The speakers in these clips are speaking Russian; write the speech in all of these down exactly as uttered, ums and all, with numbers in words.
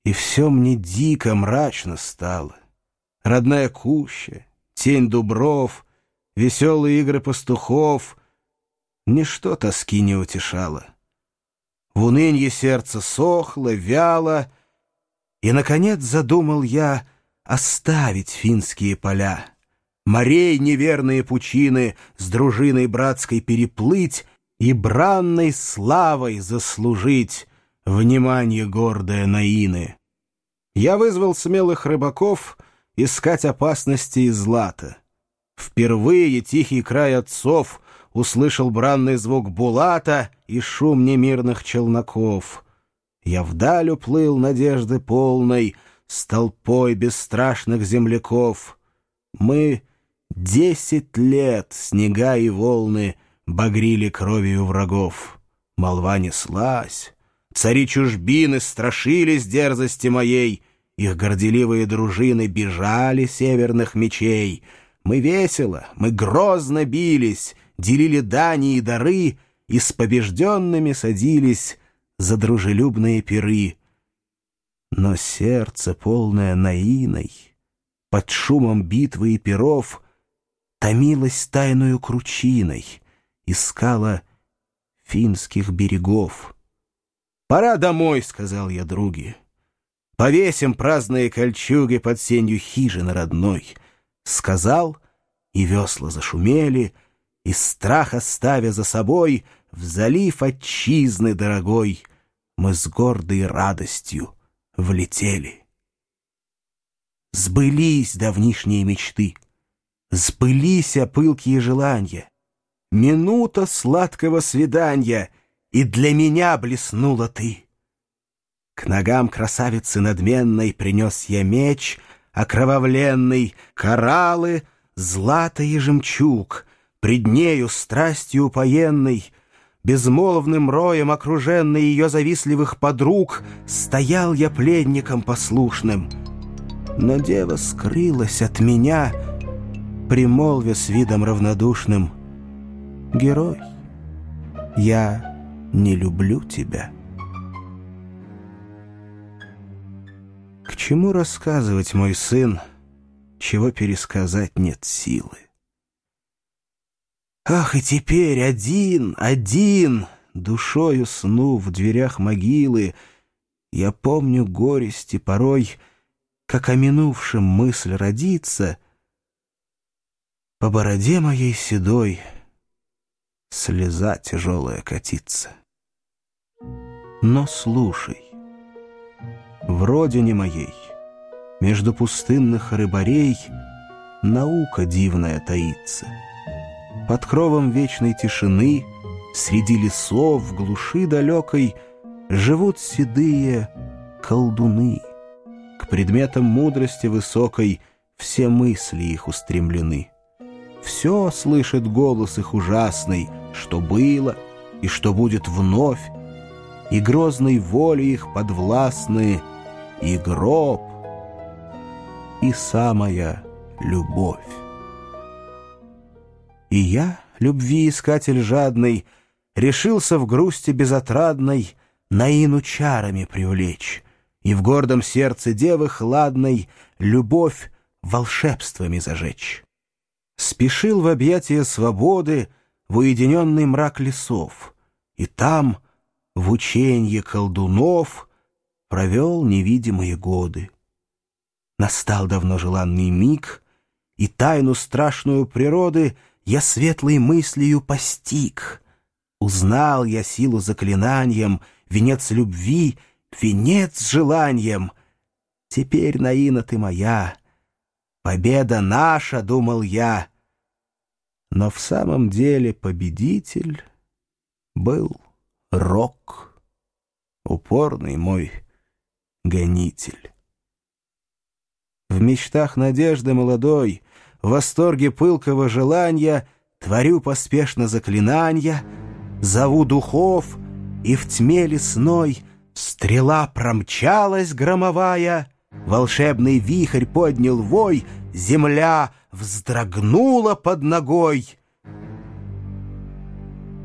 И все мне дико мрачно стало. Родная куща, тень дубров, веселые игры пастухов — ничто тоски не утешало. В унынье сердце сохло, вяло, и, наконец, задумал я оставить финские поля, морей неверные пучины с дружиной братской переплыть и бранной славой заслужить внимание гордое Наины. Я вызвал смелых рыбаков искать опасности и злата. Впервые тихий край отцов услышал бранный звук булата и шум немирных челноков. Я вдаль уплыл надежды полной с толпой бесстрашных земляков. Мы десять лет снега и волны багрили кровью врагов. Молва неслась, цари чужбины страшились дерзости моей, их горделивые дружины бежали северных мечей. Мы весело, мы грозно бились, делили дани и дары и с побежденными садились за дружелюбные пиры. Но сердце, полное Наиной, под шумом битвы и перов, томилось тайною кручиной, искала финских берегов. «Пора домой», — сказал я други. «Повесим праздные кольчуги под сенью хижины родной». Сказал, и весла зашумели, и страх оставя за собой, в залив отчизны дорогой мы с гордой радостью влетели. Сбылись давнишние мечты, сбылись пылкие желания. Минута сладкого свидания, и для меня блеснула ты. К ногам красавицы надменной принес я меч окровавленный, кораллы, злато и жемчуг, пред нею страстью упоенной, безмолвным роем окруженный ее завистливых подруг, стоял я пленником послушным. Но дева скрылась от меня, примолвя с видом равнодушным: «Герой, я не люблю тебя». К чему рассказывать, мой сын, чего пересказать нет силы? Ах, и теперь один, один, душою сну в дверях могилы, я помню горести порой, как о минувшем мысль родится, по бороде моей седой слеза тяжелая катится. Но слушай, в родине моей, между пустынных рыбарей, наука дивная таится. Под кровом вечной тишины, среди лесов, в глуши далекой, живут седые колдуны. К предметам мудрости высокой все мысли их устремлены. Все слышит голос их ужасный, что было и что будет вновь, и грозной воле их подвластны и гроб, и самая любовь. И я, любви искатель жадный, решился в грусти безотрадной Наину чарами привлечь и в гордом сердце девы хладной любовь волшебствами зажечь. Спешил в объятия свободы в уединенный мрак лесов, и там, в ученье колдунов, провел невидимые годы. Настал давно желанный миг, и тайну страшную природы я светлой мыслью постиг. Узнал я силу заклинанием, венец любви, венец с желанием. Теперь, Наина, ты моя, победа наша, думал я. Но в самом деле победитель был Рок, упорный мой гонитель. В мечтах надежды молодой, в восторге пылкого желания творю поспешно заклинанья, зову духов, и в тьме лесной стрела промчалась громовая, волшебный вихрь поднял вой, земля вздрогнула под ногой.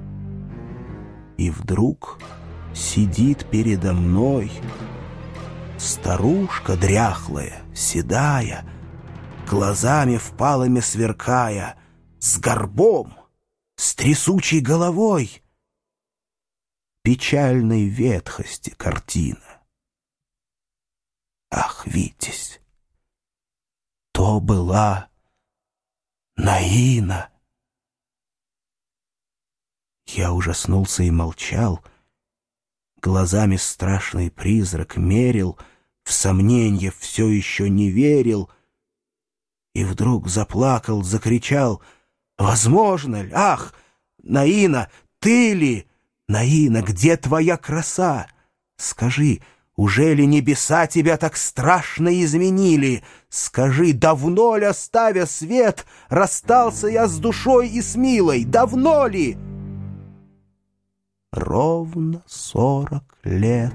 И вдруг сидит передо мной Старушка дряхлая, седая, глазами впалыми сверкая, с горбом, с трясучей головой, печальной ветхости картина. Ах, Витязь, то была Наина. Я ужаснулся и молчал, глазами страшный призрак мерил, в сомненье все еще не верил, и вдруг заплакал, закричал: «Возможно ли? Ах, Наина, ты ли? Наина, где твоя краса? Скажи, ужели небеса тебя так страшно изменили? Скажи, давно ли, оставя свет, расстался я с душой и с милой? Давно ли?» «Ровно сорок лет»,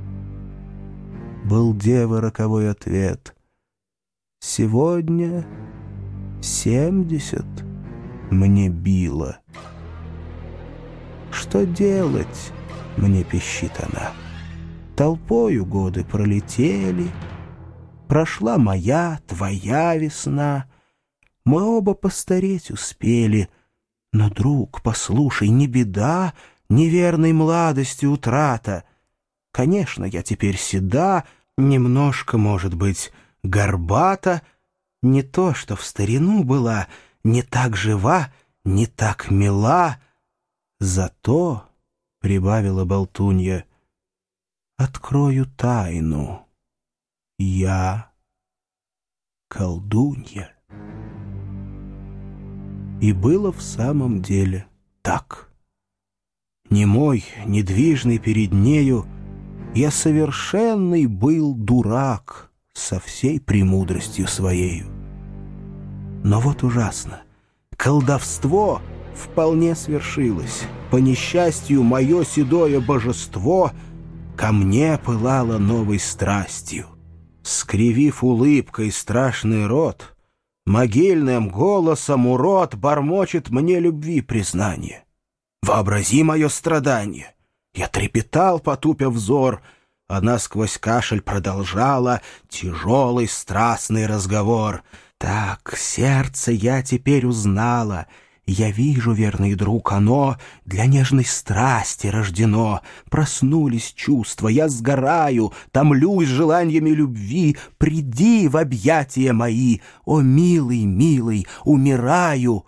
— был девы роковой ответ. «Сегодня семьдесят мне било. Что делать?» — мне пищит она. «Толпою годы пролетели, прошла моя, твоя весна. Мы оба постареть успели. Но, друг, послушай, не беда неверной молодости утрата. Конечно, я теперь седа, немножко, может быть, горбата, не то, что в старину была, не так жива, не так мила. Зато, — прибавила болтунья, — открою тайну. Я колдунья». И было в самом деле так. Немой, недвижный перед нею, я совершенный был дурак со всей премудростью своею. Но вот ужасно, колдовство вполне свершилось. По несчастью, мое седое божество ко мне пылало новой страстью. Скривив улыбкой страшный рот, могильным голосом урод бормочет мне любви признание. Вообрази мое страдание. Я трепетал, потупя взор. Она сквозь кашель продолжала тяжелый страстный разговор. «Так, сердце я теперь узнала. Я вижу, верный друг, оно для нежной страсти рождено. Проснулись чувства, я сгораю, томлюсь желаниями любви. Приди в объятия мои, о, милый, милый, умираю».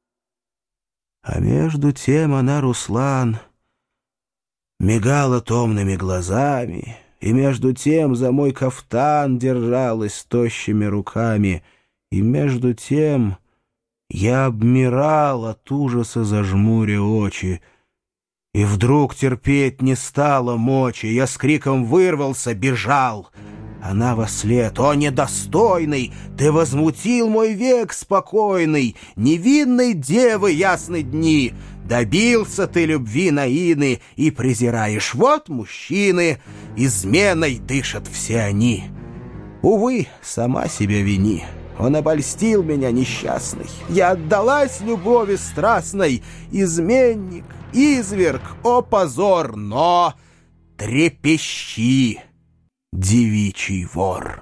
А между тем она, Руслан, мигала томными глазами, и между тем за мой кафтан держалась тощими руками, и между тем я обмирал от ужаса, зажмуря очи. И вдруг терпеть не стало мочи, я с криком вырвался, бежал. Она вослед: «О, недостойный! Ты возмутил мой век спокойный, невинной девы ясны дни! Добился ты любви Наины и презираешь. Вот мужчины, изменой дышат все они. Увы, сама себя вини. Он обольстил меня, несчастный. Я отдалась любови страстной. Изменник, изверг, о позор! Но трепещи, девичий вор!»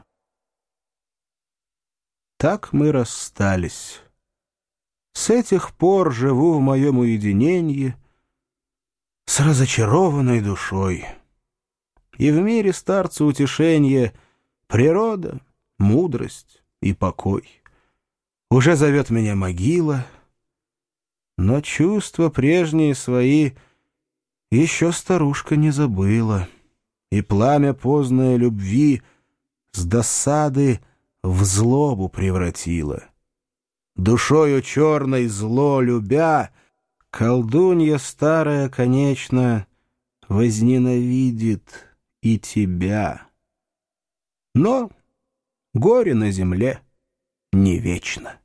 Так мы расстались. С этих пор живу в моем уединении с разочарованной душой. И в мире старца утешенье природа, мудрость и покой. Уже зовет меня могила, но чувства прежние свои еще старушка не забыла, и пламя поздной любви с досады в злобу превратила. Душою черной зло любя, колдунья старая, конечно, возненавидит и тебя. Но горе на земле не вечно.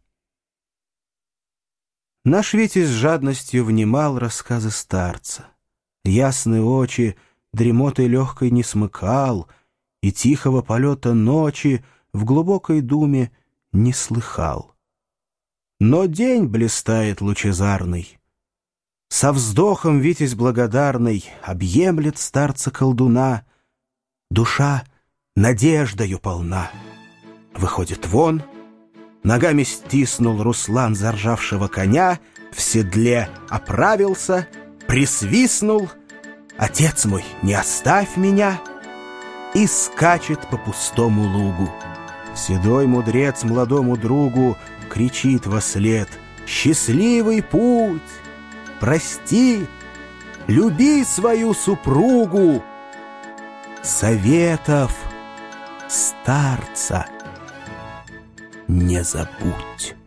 Наш Витязь с жадностью внимал рассказы старца. Ясные очи дремотой легкой не смыкал, и тихого полета ночи в глубокой думе не слыхал. Но день блистает лучезарный. Со вздохом Витязь благодарный объемлет старца-колдуна. Душа надеждою полна. Выходит вон, ногами стиснул Руслан заржавшего коня, в седле оправился, присвистнул: «Отец мой, не оставь меня!» и скачет по пустому лугу. Седой мудрец молодому другу кричит вослед: «Счастливый путь! Прости, люби свою супругу! Советов старца не забудь!»